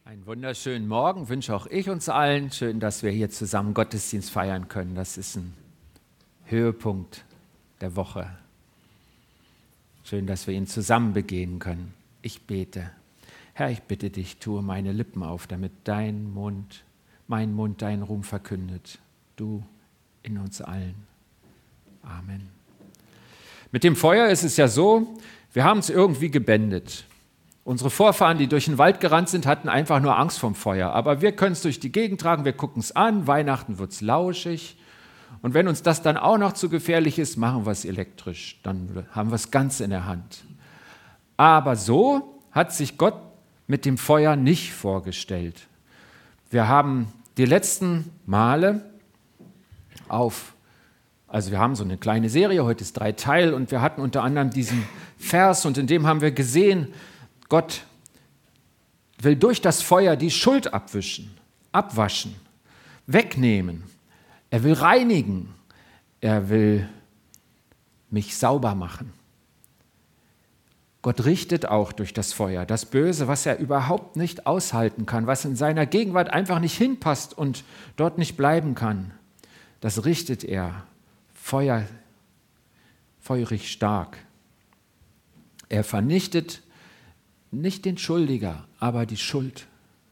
Einen wunderschönen Morgen wünsche auch ich uns allen. Schön, dass wir hier zusammen Gottesdienst feiern können. Das ist ein Höhepunkt der Woche. Schön, dass wir ihn zusammen begehen können. Ich bete. Herr, ich bitte dich, tue meine Lippen auf, damit mein Mund deinen Ruhm verkündet. Du in uns allen. Amen. Mit dem Feuer ist es ja so, wir haben es irgendwie gebändigt. Unsere Vorfahren, die durch den Wald gerannt sind, hatten einfach nur Angst vorm Feuer. Aber wir können es durch die Gegend tragen, wir gucken es an, Weihnachten wird es lauschig. Und wenn uns das dann auch noch zu gefährlich ist, machen wir es elektrisch. Dann haben wir es ganz in der Hand. Aber so hat sich Gott mit dem Feuer nicht vorgestellt. Wir haben die letzten Male wir haben so eine kleine Serie, heute ist 3 Teil, und wir hatten unter anderem diesen Vers, und in dem haben wir gesehen, Gott will durch das Feuer die Schuld abwaschen, wegnehmen. Er will reinigen. Er will mich sauber machen. Gott richtet auch durch das Feuer das Böse, was er überhaupt nicht aushalten kann, was in seiner Gegenwart einfach nicht hinpasst und dort nicht bleiben kann. Das richtet er feurig stark. Er vernichtet nicht den Schuldiger, aber die Schuld.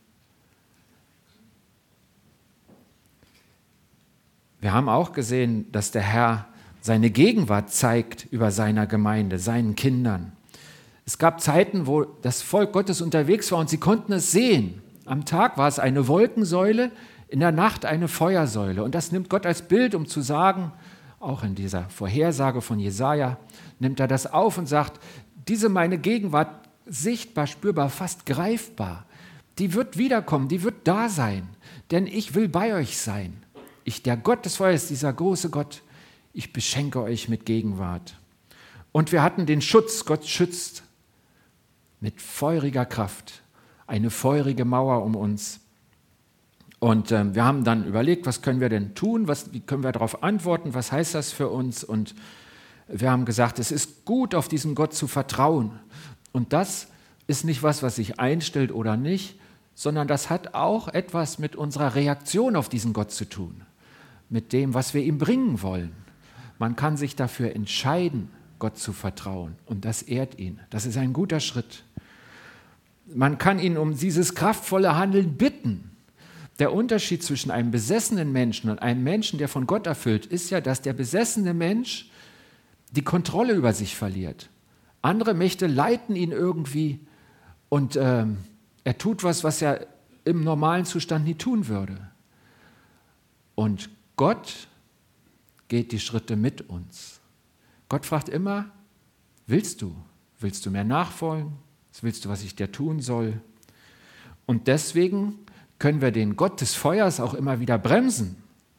Wir haben auch gesehen, dass der Herr seine Gegenwart zeigt über seiner Gemeinde, seinen Kindern. Es gab Zeiten, wo das Volk Gottes unterwegs war und sie konnten es sehen. Am Tag war es eine Wolkensäule, in der Nacht eine Feuersäule. Und das nimmt Gott als Bild, um zu sagen, auch in dieser Vorhersage von Jesaja, nimmt er das auf und sagt, diese meine Gegenwart, sichtbar, spürbar, fast greifbar, die wird wiederkommen, die wird da sein, denn ich will bei euch sein. Ich, der Gott des Feuers, dieser große Gott, ich beschenke euch mit Gegenwart. Und wir hatten den Schutz, Gott schützt mit feuriger Kraft, eine feurige Mauer um uns. Und wir haben dann überlegt, was können wir denn tun, wie können wir darauf antworten, was heißt das für uns? Und wir haben gesagt, es ist gut, auf diesen Gott zu vertrauen. Und das ist nicht was sich einstellt oder nicht, sondern das hat auch etwas mit unserer Reaktion auf diesen Gott zu tun, mit dem, was wir ihm bringen wollen. Man kann sich dafür entscheiden, Gott zu vertrauen, und das ehrt ihn. Das ist ein guter Schritt. Man kann ihn um dieses kraftvolle Handeln bitten. Der Unterschied zwischen einem besessenen Menschen und einem Menschen, der von Gott erfüllt, ist ja, dass der besessene Mensch die Kontrolle über sich verliert. Andere Mächte leiten ihn irgendwie und er tut was er im normalen Zustand nie tun würde. Und Gott geht die Schritte mit uns. Gott fragt immer, willst du? Willst du mir nachfolgen? Willst du, was ich dir tun soll? Und deswegen können wir den Gott des Feuers auch immer wieder bremsen.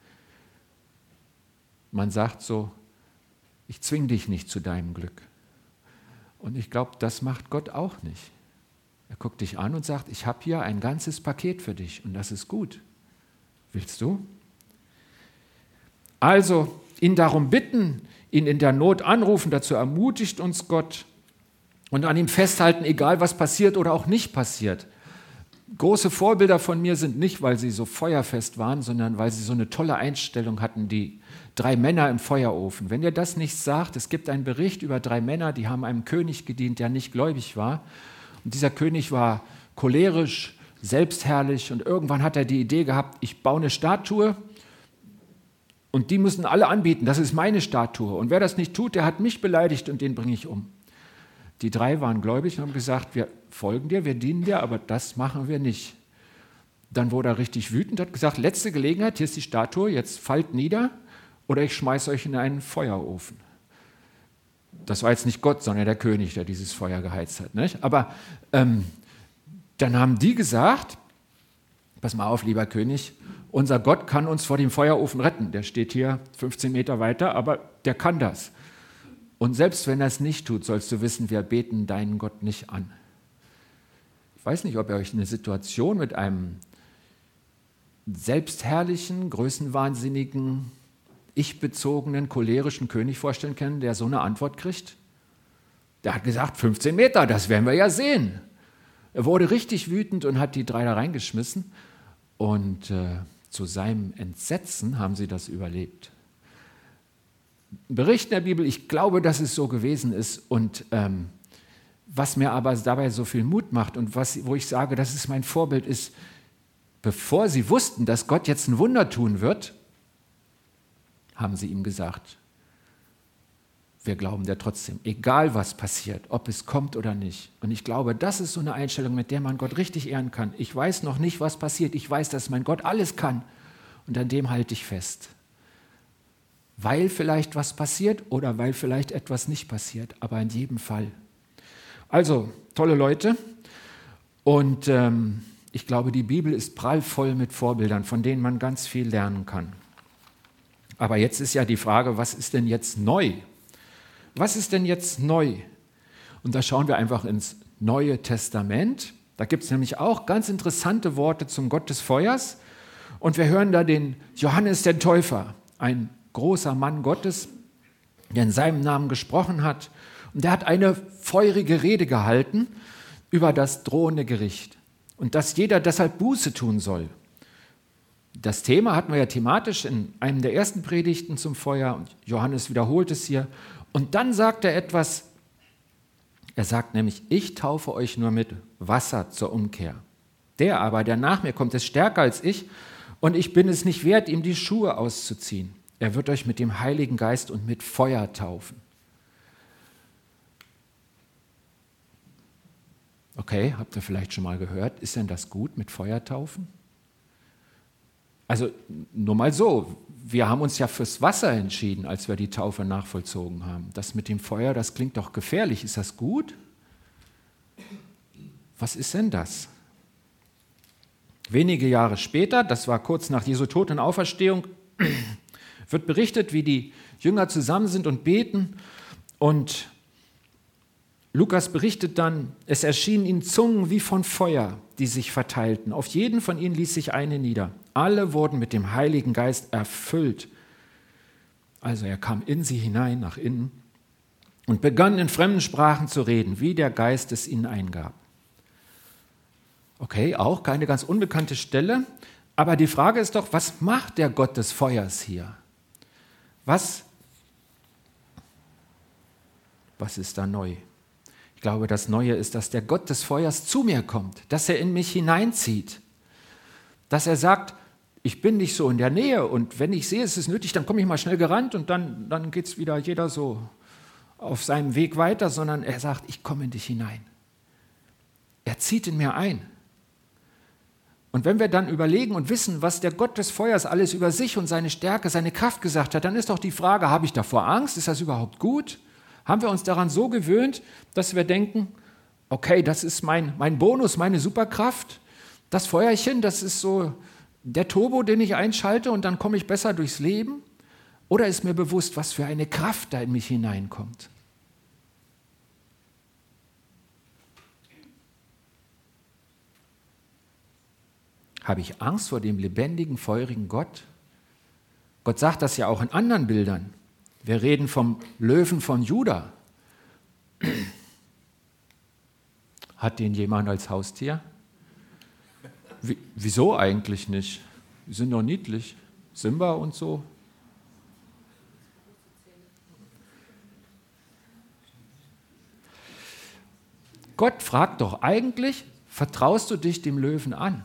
Man sagt so, ich zwinge dich nicht zu deinem Glück. Und ich glaube, das macht Gott auch nicht. Er guckt dich an und sagt, ich habe hier ein ganzes Paket für dich und das ist gut. Willst du? Also ihn darum bitten, ihn in der Not anrufen, dazu ermutigt uns Gott, und an ihm festhalten, egal was passiert oder auch nicht passiert. Große Vorbilder von mir sind nicht, weil sie so feuerfest waren, sondern weil sie so eine tolle Einstellung hatten, die 3 Männer im Feuerofen. Wenn ihr das nicht sagt, es gibt einen Bericht über 3 Männer, die haben einem König gedient, der nicht gläubig war. Und dieser König war cholerisch, selbstherrlich, und irgendwann hat er die Idee gehabt, ich baue eine Statue und die müssen alle anbieten, das ist meine Statue. Und wer das nicht tut, der hat mich beleidigt und den bringe ich um. Die 3 waren gläubig und haben gesagt, wir folgen dir, wir dienen dir, aber das machen wir nicht. Dann wurde er richtig wütend, hat gesagt, letzte Gelegenheit, hier ist die Statue, jetzt fallt nieder oder ich schmeiße euch in einen Feuerofen. Das war jetzt nicht Gott, sondern der König, der dieses Feuer geheizt hat. Nicht? Aber dann haben die gesagt, pass mal auf, lieber König, unser Gott kann uns vor dem Feuerofen retten. Der steht hier 15 Meter weiter, aber der kann das. Und selbst wenn er es nicht tut, sollst du wissen, wir beten deinen Gott nicht an. Ich weiß nicht, ob ihr euch eine Situation mit einem selbstherrlichen, größenwahnsinnigen, ich-bezogenen, cholerischen König vorstellen könnt, der so eine Antwort kriegt. Der hat gesagt, 15 Meter, das werden wir ja sehen. Er wurde richtig wütend und hat die 3 da reingeschmissen. Und zu seinem Entsetzen haben sie das überlebt. Ein Bericht in der Bibel, ich glaube, dass es so gewesen ist. Und was mir aber dabei so viel Mut macht und wo ich sage, das ist mein Vorbild, ist, bevor sie wussten, dass Gott jetzt ein Wunder tun wird, haben sie ihm gesagt, wir glauben dir trotzdem, egal was passiert, ob es kommt oder nicht. Und ich glaube, das ist so eine Einstellung, mit der man Gott richtig ehren kann. Ich weiß noch nicht, was passiert. Ich weiß, dass mein Gott alles kann. Und an dem halte ich fest. Weil vielleicht was passiert oder weil vielleicht etwas nicht passiert. Aber in jedem Fall. Also, tolle Leute. Und ich glaube, die Bibel ist prallvoll mit Vorbildern, von denen man ganz viel lernen kann. Aber jetzt ist ja die Frage, was ist denn jetzt neu? Was ist denn jetzt neu? Und da schauen wir einfach ins Neue Testament. Da gibt es nämlich auch ganz interessante Worte zum Gott des Feuers. Und wir hören da den Johannes den Täufer, ein großer Mann Gottes, der in seinem Namen gesprochen hat. Und der hat eine feurige Rede gehalten über das drohende Gericht. Und dass jeder deshalb Buße tun soll. Das Thema hatten wir ja thematisch in einem der ersten Predigten zum Feuer. Und Johannes wiederholt es hier. Und dann sagt er etwas, er sagt nämlich, ich taufe euch nur mit Wasser zur Umkehr. Der aber, der nach mir kommt, ist stärker als ich und ich bin es nicht wert, ihm die Schuhe auszuziehen. Er wird euch mit dem Heiligen Geist und mit Feuer taufen. Okay, habt ihr vielleicht schon mal gehört, ist denn das gut mit Feuer taufen? Also nur mal so, wir haben uns ja fürs Wasser entschieden, als wir die Taufe nachvollzogen haben. Das mit dem Feuer, das klingt doch gefährlich. Ist das gut? Was ist denn das? Wenige Jahre später, das war kurz nach Jesu Tod und Auferstehung, wird berichtet, wie die Jünger zusammen sind und beten. Und Lukas berichtet dann, es erschienen ihnen Zungen wie von Feuer, die sich verteilten. Auf jeden von ihnen ließ sich eine nieder. Alle wurden mit dem Heiligen Geist erfüllt. Also er kam in sie hinein, nach innen, und begann in fremden Sprachen zu reden, wie der Geist es ihnen eingab. Okay, auch keine ganz unbekannte Stelle, aber die Frage ist doch, was macht der Gott des Feuers hier? Was ist da neu? Ich glaube, das Neue ist, dass der Gott des Feuers zu mir kommt, dass er in mich hineinzieht, dass er sagt, ich bin nicht so in der Nähe und wenn ich sehe, es ist nötig, dann komme ich mal schnell gerannt und dann geht es wieder jeder so auf seinem Weg weiter, sondern er sagt, ich komme in dich hinein. Er zieht in mir ein. Und wenn wir dann überlegen und wissen, was der Gott des Feuers alles über sich und seine Stärke, seine Kraft gesagt hat, dann ist doch die Frage, habe ich davor Angst? Ist das überhaupt gut? Haben wir uns daran so gewöhnt, dass wir denken, okay, das ist mein Bonus, meine Superkraft. Das Feuerchen, das ist so der Turbo, den ich einschalte und dann komme ich besser durchs Leben? Oder ist mir bewusst, was für eine Kraft da in mich hineinkommt? Habe ich Angst vor dem lebendigen, feurigen Gott? Gott sagt das ja auch in anderen Bildern. Wir reden vom Löwen von Juda. Hat den jemand als Haustier? Wieso eigentlich nicht? Die sind doch niedlich. Simba und so. Gott fragt doch eigentlich, vertraust du dich dem Löwen an?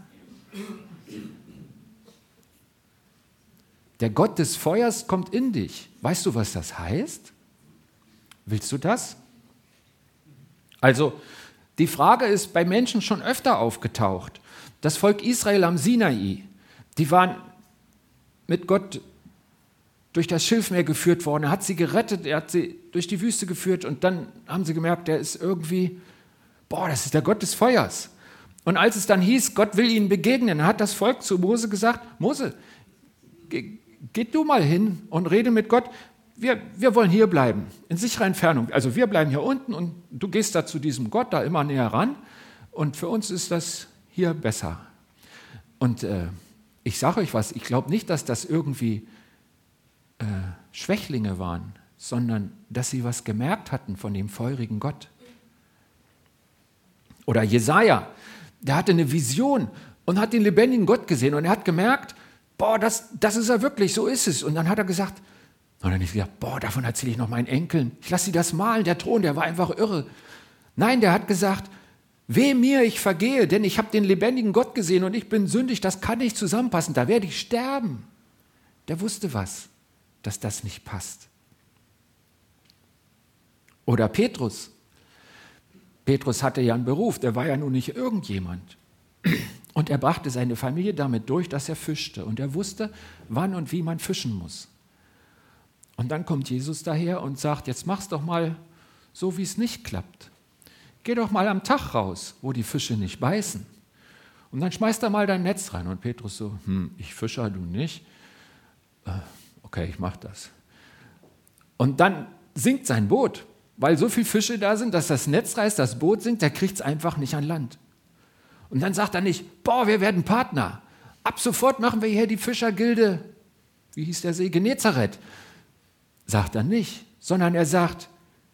Der Gott des Feuers kommt in dich. Weißt du, was das heißt? Willst du das? Also, die Frage ist bei Menschen schon öfter aufgetaucht. Das Volk Israel am Sinai, die waren mit Gott durch das Schilfmeer geführt worden. Er hat sie gerettet, er hat sie durch die Wüste geführt und dann haben sie gemerkt, der ist irgendwie, das ist der Gott des Feuers. Und als es dann hieß, Gott will ihnen begegnen, hat das Volk zu Mose gesagt, Mose, geh du mal hin und rede mit Gott. Wir wollen hier bleiben, in sicherer Entfernung. Also wir bleiben hier unten und du gehst da zu diesem Gott da immer näher ran. Und für uns ist das hier besser. Und ich sage euch was, ich glaube nicht, dass das irgendwie Schwächlinge waren, sondern dass sie was gemerkt hatten von dem feurigen Gott. Oder Jesaja, der hatte eine Vision und hat den lebendigen Gott gesehen und er hat gemerkt, boah, das ist er wirklich, so ist es. Und dann hat er gesagt, boah, davon erzähle ich noch meinen Enkeln. Ich lasse sie das malen, der Thron, der war einfach irre. Nein, der hat gesagt, weh mir, ich vergehe, denn ich habe den lebendigen Gott gesehen und ich bin sündig, das kann nicht zusammenpassen, da werde ich sterben. Der wusste was, dass das nicht passt. Oder Petrus. Petrus hatte ja einen Beruf, der war ja nun nicht irgendjemand. Und er brachte seine Familie damit durch, dass er fischte. Und er wusste, wann und wie man fischen muss. Und dann kommt Jesus daher und sagt, jetzt mach's doch mal so, wie es nicht klappt. Geh doch mal am Tag raus, wo die Fische nicht beißen. Und dann schmeiß da mal dein Netz rein. Und Petrus so, ich fische, du nicht. Okay, ich mach das. Und dann sinkt sein Boot, weil so viele Fische da sind, dass das Netz reißt, das Boot sinkt, der kriegt es einfach nicht an Land. Und dann sagt er nicht, boah, wir werden Partner. Ab sofort machen wir hier die Fischergilde, wie hieß der See, Genezareth. Sagt er nicht, sondern er sagt,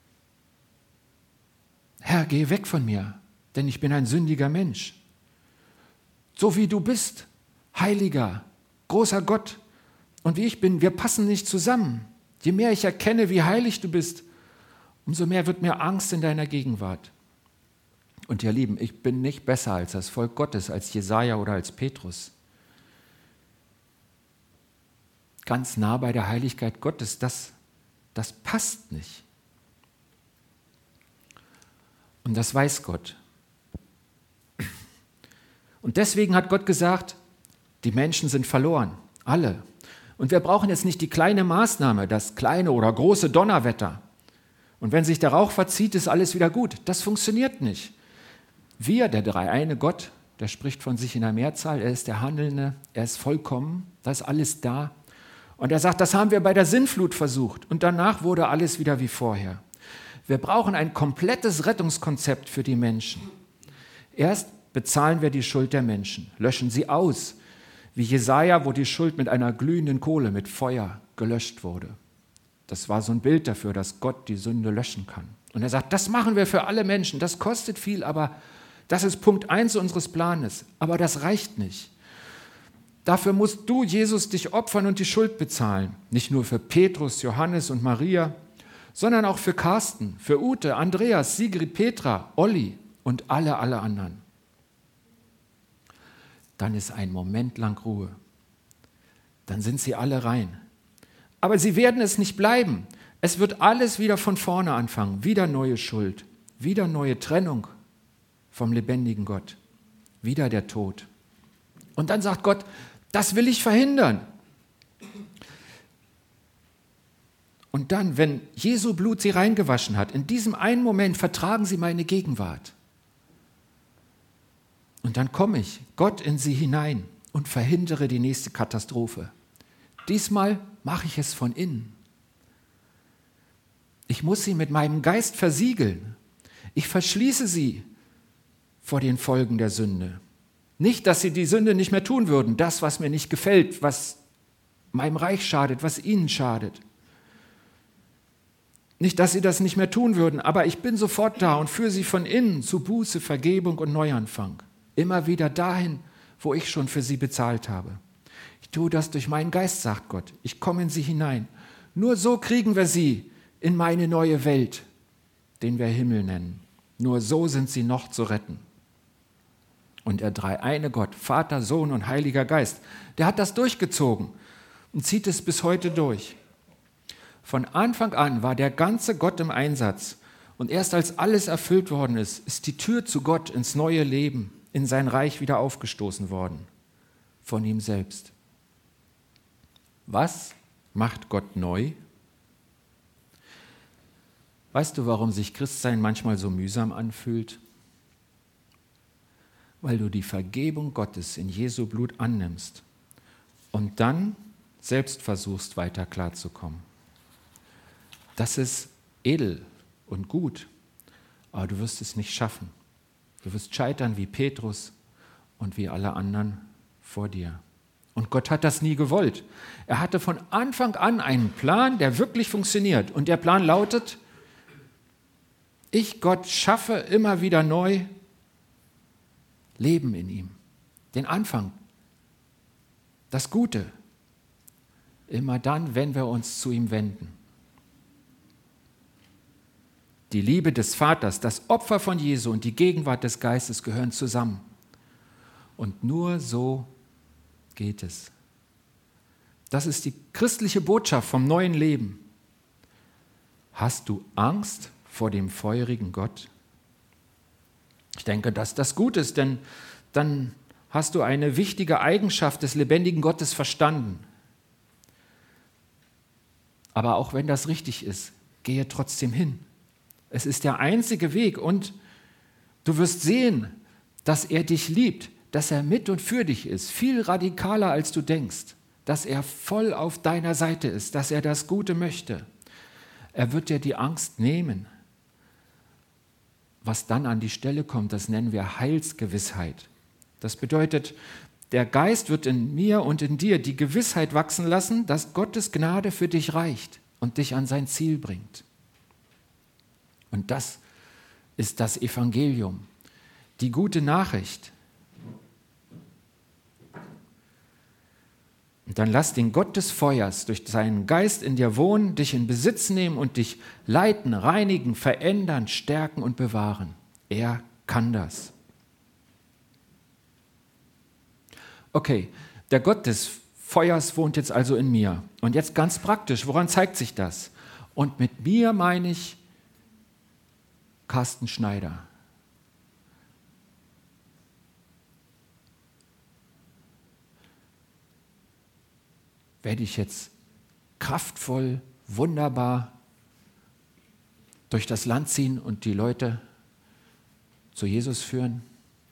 Herr, geh weg von mir, denn ich bin ein sündiger Mensch. So wie du bist, heiliger, großer Gott und wie ich bin, wir passen nicht zusammen. Je mehr ich erkenne, wie heilig du bist, umso mehr wird mir Angst in deiner Gegenwart. Und ihr Lieben, ich bin nicht besser als das Volk Gottes, als Jesaja oder als Petrus. Ganz nah bei der Heiligkeit Gottes, das passt nicht. Und das weiß Gott. Und deswegen hat Gott gesagt, die Menschen sind verloren, alle. Und wir brauchen jetzt nicht die kleine Maßnahme, das kleine oder große Donnerwetter. Und wenn sich der Rauch verzieht, ist alles wieder gut. Das funktioniert nicht. Wir, der dreieine Gott, der spricht von sich in der Mehrzahl, er ist der Handelnde, er ist vollkommen, da ist alles da. Und er sagt, das haben wir bei der Sintflut versucht. Und danach wurde alles wieder wie vorher. Wir brauchen ein komplettes Rettungskonzept für die Menschen. Erst bezahlen wir die Schuld der Menschen, löschen sie aus, wie Jesaja, wo die Schuld mit einer glühenden Kohle, mit Feuer gelöscht wurde. Das war so ein Bild dafür, dass Gott die Sünde löschen kann. Und er sagt, das machen wir für alle Menschen, das kostet viel, aber das ist Punkt 1 unseres Planes. Aber das reicht nicht. Dafür musst du, Jesus, dich opfern und die Schuld bezahlen. Nicht nur für Petrus, Johannes und Maria, sondern auch für Carsten, für Ute, Andreas, Sigrid, Petra, Olli und alle anderen. Dann ist ein Moment lang Ruhe. Dann sind sie alle rein. Aber sie werden es nicht bleiben. Es wird alles wieder von vorne anfangen. Wieder neue Schuld, wieder neue Trennung vom lebendigen Gott, wieder der Tod. Und dann sagt Gott, das will ich verhindern. Und dann, wenn Jesu Blut sie reingewaschen hat, in diesem einen Moment vertragen sie meine Gegenwart. Und dann komme ich, Gott, in sie hinein und verhindere die nächste Katastrophe. Diesmal mache ich es von innen. Ich muss sie mit meinem Geist versiegeln. Ich verschließe sie vor den Folgen der Sünde. Nicht, dass sie die Sünde nicht mehr tun würden, das, was mir nicht gefällt, was meinem Reich schadet, was ihnen schadet. Nicht, dass sie das nicht mehr tun würden, aber ich bin sofort da und führe sie von innen zu Buße, Vergebung und Neuanfang. Immer wieder dahin, wo ich schon für sie bezahlt habe. Ich tue das durch meinen Geist, sagt Gott. Ich komme in sie hinein. Nur so kriegen wir sie in meine neue Welt, den wir Himmel nennen. Nur so sind sie noch zu retten. Und der dreieine Gott, Vater, Sohn und Heiliger Geist, der hat das durchgezogen und zieht es bis heute durch. Von Anfang an war der ganze Gott im Einsatz. Und erst als alles erfüllt worden ist, ist die Tür zu Gott ins neue Leben, in sein Reich wieder aufgestoßen worden. Von ihm selbst. Was macht Gott neu? Weißt du, warum sich Christsein manchmal so mühsam anfühlt? Weil du die Vergebung Gottes in Jesu Blut annimmst und dann selbst versuchst, weiter klarzukommen. Das ist edel und gut, aber du wirst es nicht schaffen. Du wirst scheitern wie Petrus und wie alle anderen vor dir. Und Gott hat das nie gewollt. Er hatte von Anfang an einen Plan, der wirklich funktioniert. Und der Plan lautet, ich, Gott, schaffe immer wieder neu Leben in ihm, den Anfang, das Gute. Immer dann, wenn wir uns zu ihm wenden. Die Liebe des Vaters, das Opfer von Jesu und die Gegenwart des Geistes gehören zusammen. Und nur so geht es. Das ist die christliche Botschaft vom neuen Leben. Hast du Angst vor dem feurigen Gott? Ich denke, dass das gut ist, denn dann hast du eine wichtige Eigenschaft des lebendigen Gottes verstanden. Aber auch wenn das richtig ist, gehe trotzdem hin. Es ist der einzige Weg und du wirst sehen, dass er dich liebt, dass er mit und für dich ist, viel radikaler als du denkst, dass er voll auf deiner Seite ist, dass er das Gute möchte. Er wird dir die Angst nehmen. Was dann an die Stelle kommt, das nennen wir Heilsgewissheit. Das bedeutet, der Geist wird in mir und in dir die Gewissheit wachsen lassen, dass Gottes Gnade für dich reicht und dich an sein Ziel bringt. Und das ist das Evangelium, die gute Nachricht. Und dann lass den Gott des Feuers durch seinen Geist in dir wohnen, dich in Besitz nehmen und dich leiten, reinigen, verändern, stärken und bewahren. Er kann das. Okay, der Gott des Feuers wohnt jetzt also in mir. Und jetzt ganz praktisch, woran zeigt sich das? Und mit mir meine ich Carsten Schneider. Werde ich jetzt kraftvoll, wunderbar durch das Land ziehen und die Leute zu Jesus führen?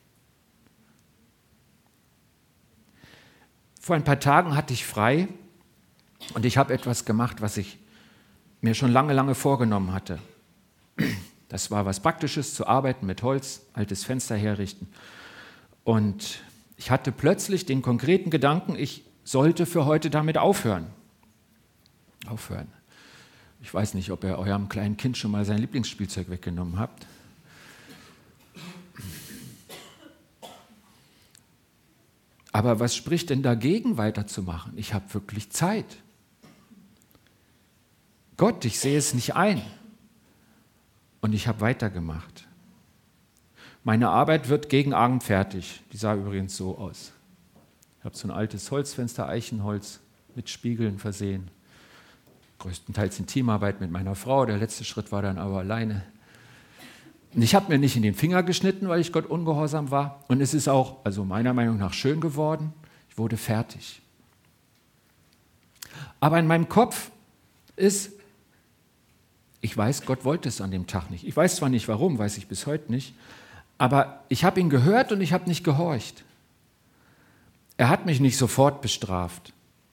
Vor ein paar Tagen hatte ich frei und ich habe etwas gemacht, was ich mir schon lange vorgenommen hatte. Das war was Praktisches, zu arbeiten mit Holz, altes Fenster herrichten. Und ich hatte plötzlich den konkreten Gedanken, ich sollte für heute damit aufhören. Ich weiß nicht, ob ihr eurem kleinen Kind schon mal sein Lieblingsspielzeug weggenommen habt. Aber was spricht denn dagegen, weiterzumachen? Ich habe wirklich Zeit. Gott, ich sehe es nicht ein. Und ich habe weitergemacht. Meine Arbeit wird gegen Abend fertig. Die sah übrigens so aus. Ich habe so ein altes Holzfenster, Eichenholz, mit Spiegeln versehen. Größtenteils in Teamarbeit mit meiner Frau. Der letzte Schritt war dann aber alleine. Und ich habe mir nicht in den Finger geschnitten, weil ich Gott ungehorsam war. Und es ist auch, also meiner Meinung nach, schön geworden. Ich wurde fertig. Aber in meinem Kopf ist, ich weiß, Gott wollte es an dem Tag nicht. Ich weiß zwar nicht warum, weiß ich bis heute nicht, aber ich habe ihn gehört und ich habe nicht gehorcht. Er hat mich nicht sofort bestraft.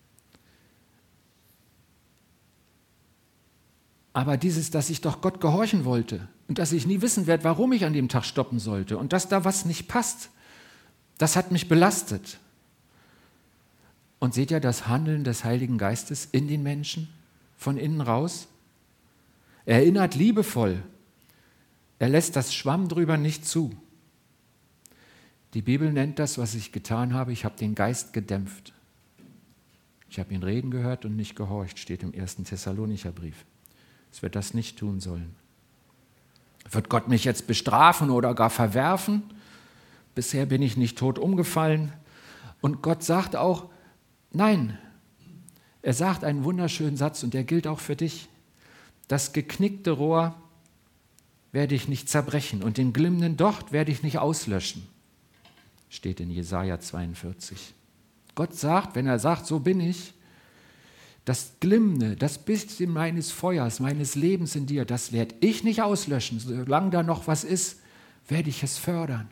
Aber dieses, dass ich doch Gott gehorchen wollte und dass ich nie wissen werde, warum ich an dem Tag stoppen sollte und dass da was nicht passt, das hat mich belastet. Und seht ihr das Handeln des Heiligen Geistes in den Menschen, von innen raus? Er erinnert liebevoll. Er lässt das Schwamm drüber nicht zu. Die Bibel nennt das, was ich getan habe, ich habe den Geist gedämpft. Ich habe ihn reden gehört und nicht gehorcht, steht im 1. Thessalonicher Brief. Dass wir das nicht tun sollen. Wird Gott mich jetzt bestrafen oder gar verwerfen? Bisher bin ich nicht tot umgefallen. Und Gott sagt auch, nein. Er sagt einen wunderschönen Satz und der gilt auch für dich. Das geknickte Rohr werde ich nicht zerbrechen und den glimmenden Docht werde ich nicht auslöschen. Steht in Jesaja 42. Gott sagt, wenn er sagt, so bin ich, das Glimmende, das bisschen meines Feuers, meines Lebens in dir, das werde ich nicht auslöschen. Solange da noch was ist, werde ich es fördern.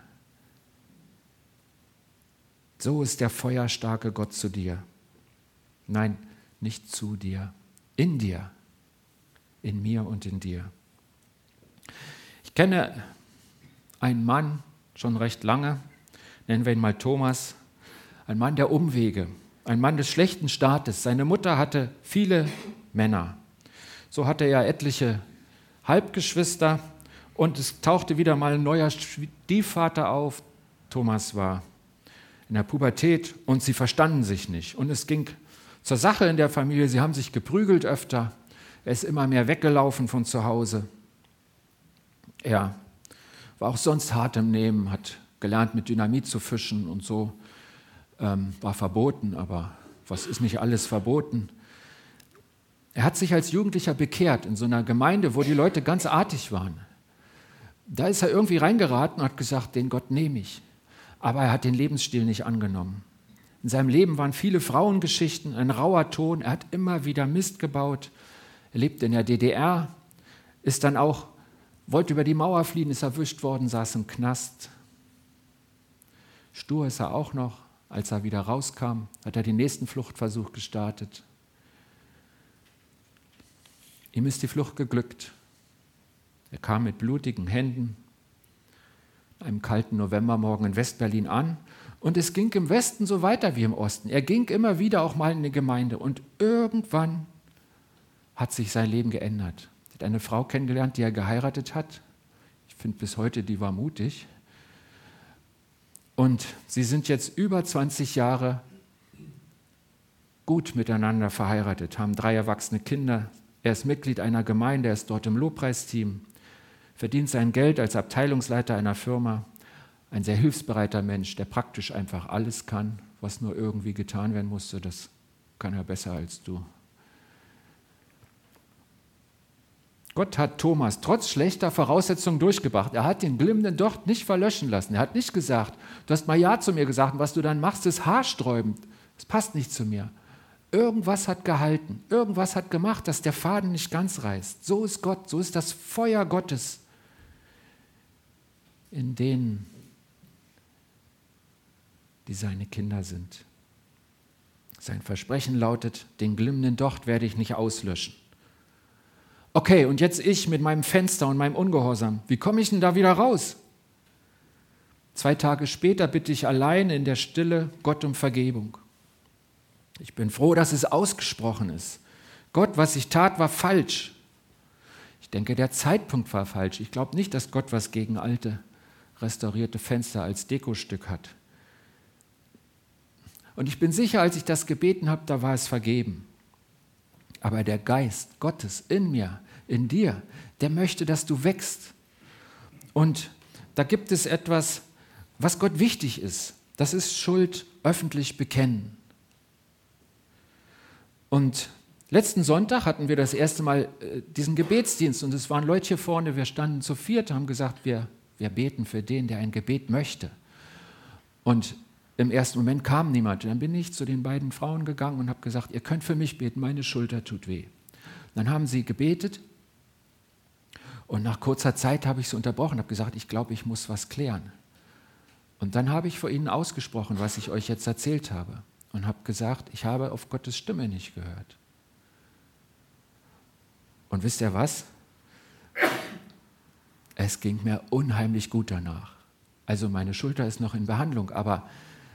So ist der feuerstarke Gott zu dir. Nein, nicht zu dir, in dir. In mir und in dir. Ich kenne einen Mann schon recht lange, nennen wir ihn mal Thomas, ein Mann der Umwege, ein Mann des schlechten Staates. Seine Mutter hatte viele Männer. So hatte er etliche Halbgeschwister und es tauchte wieder mal ein neuer Stiefvater auf, Thomas war in der Pubertät und sie verstanden sich nicht. Und es ging zur Sache in der Familie. Sie haben sich geprügelt öfter. Er ist immer mehr weggelaufen von zu Hause. Er war auch sonst hart im Nehmen, hat gelernt, mit Dynamit zu fischen und so. War verboten, aber was ist nicht alles verboten? Er hat sich als Jugendlicher bekehrt in so einer Gemeinde, wo die Leute ganz artig waren. Da ist er irgendwie reingeraten und hat gesagt, den Gott nehme ich. Aber er hat den Lebensstil nicht angenommen. In seinem Leben waren viele Frauengeschichten, ein rauer Ton. Er hat immer wieder Mist gebaut. Er lebte in der DDR, ist dann auch, wollte über die Mauer fliehen, ist erwischt worden, saß im Knast. Stur ist er auch noch. Als er wieder rauskam, hat er den nächsten Fluchtversuch gestartet. Ihm ist die Flucht geglückt. Er kam mit blutigen Händen an einem kalten Novembermorgen in Westberlin an und es ging im Westen so weiter wie im Osten. Er ging immer wieder auch mal in eine Gemeinde und irgendwann hat sich sein Leben geändert. Er hat eine Frau kennengelernt, die er geheiratet hat. Ich finde bis heute, die war mutig. Und sie sind jetzt über 20 Jahre gut miteinander verheiratet, haben 3 erwachsene Kinder. Er ist Mitglied einer Gemeinde, er ist dort im Lobpreisteam, verdient sein Geld als Abteilungsleiter einer Firma. Ein sehr hilfsbereiter Mensch, der praktisch einfach alles kann, was nur irgendwie getan werden musste. Das kann er besser als du. Gott hat Thomas trotz schlechter Voraussetzungen durchgebracht. Er hat den glimmenden Docht nicht verlöschen lassen. Er hat nicht gesagt, du hast mal Ja zu mir gesagt und was du dann machst, ist haarsträubend. Das passt nicht zu mir. Irgendwas hat gehalten. Irgendwas hat gemacht, dass der Faden nicht ganz reißt. So ist Gott, so ist das Feuer Gottes in denen, die seine Kinder sind. Sein Versprechen lautet, den glimmenden Docht werde ich nicht auslöschen. Okay, und jetzt ich mit meinem Fenster und meinem Ungehorsam. Wie komme ich denn da wieder raus? 2 Tage später bitte ich allein in der Stille Gott um Vergebung. Ich bin froh, dass es ausgesprochen ist. Gott, was ich tat, war falsch. Ich denke, der Zeitpunkt war falsch. Ich glaube nicht, dass Gott was gegen alte, restaurierte Fenster als Dekostück hat. Und ich bin sicher, als ich das gebeten habe, da war es vergeben. Aber der Geist Gottes in mir, in dir, der möchte, dass du wächst. Und da gibt es etwas, was Gott wichtig ist. Das ist Schuld öffentlich bekennen. Und letzten Sonntag hatten wir das erste Mal diesen Gebetsdienst und es waren Leute hier vorne, wir standen zu viert, haben gesagt, wir beten für den, der ein Gebet möchte. Und im ersten Moment kam niemand. Und dann bin ich zu den beiden Frauen gegangen und habe gesagt, ihr könnt für mich beten, meine Schulter tut weh. Dann haben sie gebetet und nach kurzer Zeit habe ich sie unterbrochen und habe gesagt, ich glaube, ich muss was klären. Und dann habe ich vor ihnen ausgesprochen, was ich euch jetzt erzählt habe und habe gesagt, ich habe auf Gottes Stimme nicht gehört. Und wisst ihr was? Es ging mir unheimlich gut danach. Also meine Schulter ist noch in Behandlung, aber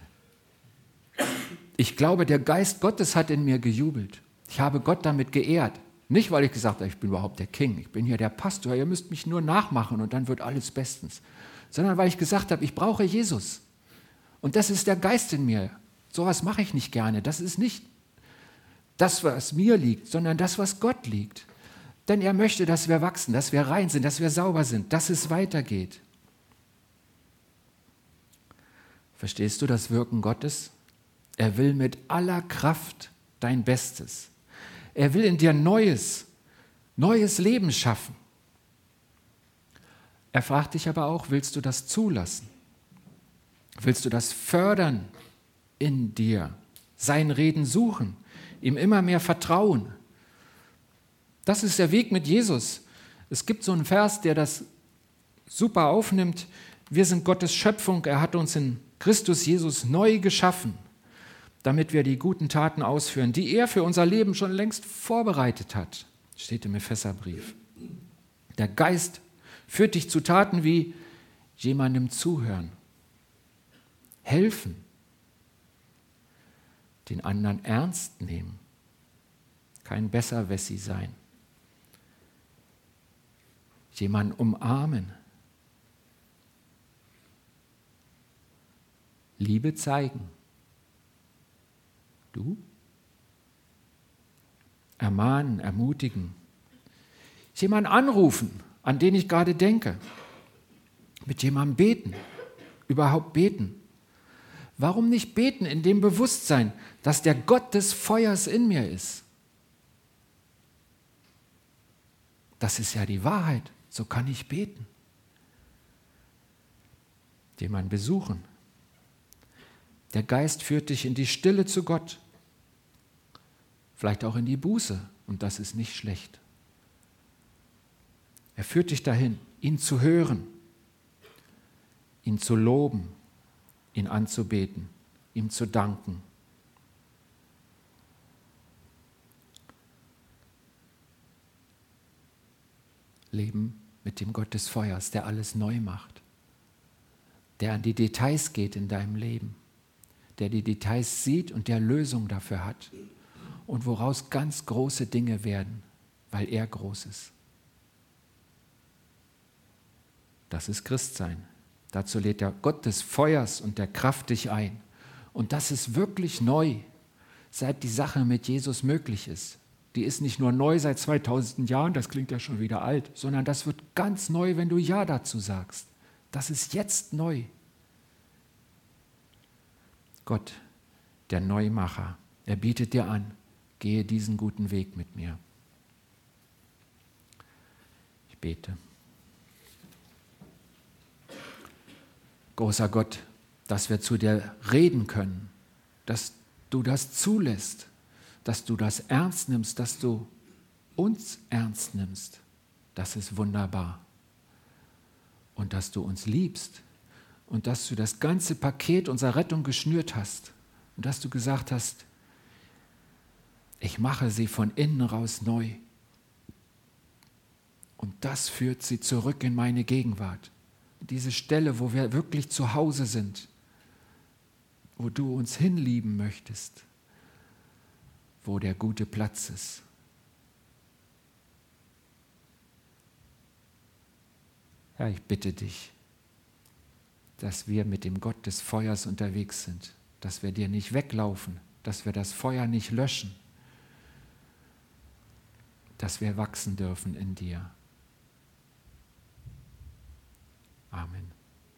ich glaube, der Geist Gottes hat in mir gejubelt. Ich habe Gott damit geehrt. Nicht, weil ich gesagt habe, ich bin überhaupt der King, ich bin hier der Pastor, ihr müsst mich nur nachmachen und dann wird alles bestens. Sondern weil ich gesagt habe, ich brauche Jesus. Und das ist der Geist in mir. Sowas mache ich nicht gerne. Das ist nicht das, was mir liegt, sondern das, was Gott liegt. Denn er möchte, dass wir wachsen, dass wir rein sind, dass wir sauber sind, dass es weitergeht. Verstehst du das Wirken Gottes? Er will mit aller Kraft dein Bestes. Er will in dir neues Leben schaffen. Er fragt dich aber auch, willst du das zulassen? Willst du das fördern in dir? Sein Reden suchen, ihm immer mehr vertrauen. Das ist der Weg mit Jesus. Es gibt so einen Vers, der das super aufnimmt. Wir sind Gottes Schöpfung. Er hat uns in Christus Jesus neu geschaffen, damit wir die guten Taten ausführen, die er für unser Leben schon längst vorbereitet hat. Steht im Epheserbrief. Der Geist führt dich zu Taten wie jemandem zuhören, helfen, den anderen ernst nehmen, kein Besserwessi sein, jemanden umarmen, Liebe zeigen. Du? Ermahnen, ermutigen. Jemanden anrufen, an den ich gerade denke. Mit jemandem beten. Überhaupt beten. Warum nicht beten in dem Bewusstsein, dass der Gott des Feuers in mir ist? Das ist ja die Wahrheit. So kann ich beten. Jemanden besuchen. Der Geist führt dich in die Stille zu Gott. Vielleicht auch in die Buße. Und das ist nicht schlecht. Er führt dich dahin, ihn zu hören, ihn zu loben, ihn anzubeten, ihm zu danken. Leben mit dem Gott des Feuers, der alles neu macht, der an die Details geht in deinem Leben, der die Details sieht und der Lösung dafür hat und woraus ganz große Dinge werden, weil er groß ist. Das ist Christsein. Dazu lädt der Gott des Feuers und der Kraft dich ein. Und das ist wirklich neu, seit die Sache mit Jesus möglich ist. Die ist nicht nur neu seit 2000 Jahren, das klingt ja schon wieder alt, sondern das wird ganz neu, wenn du Ja dazu sagst. Das ist jetzt neu. Gott, der Neumacher, er bietet dir an, gehe diesen guten Weg mit mir. Ich bete. Großer Gott, dass wir zu dir reden können, dass du das zulässt, dass du das ernst nimmst, dass du uns ernst nimmst. Das ist wunderbar. Und dass du uns liebst und dass du das ganze Paket unserer Rettung geschnürt hast und dass du gesagt hast, ich mache sie von innen raus neu. Und das führt sie zurück in meine Gegenwart. Diese Stelle, wo wir wirklich zu Hause sind, wo du uns hinlieben möchtest, wo der gute Platz ist. Herr, ich bitte dich, dass wir mit dem Gott des Feuers unterwegs sind, dass wir dir nicht weglaufen, dass wir das Feuer nicht löschen, dass wir wachsen dürfen in dir. Amen.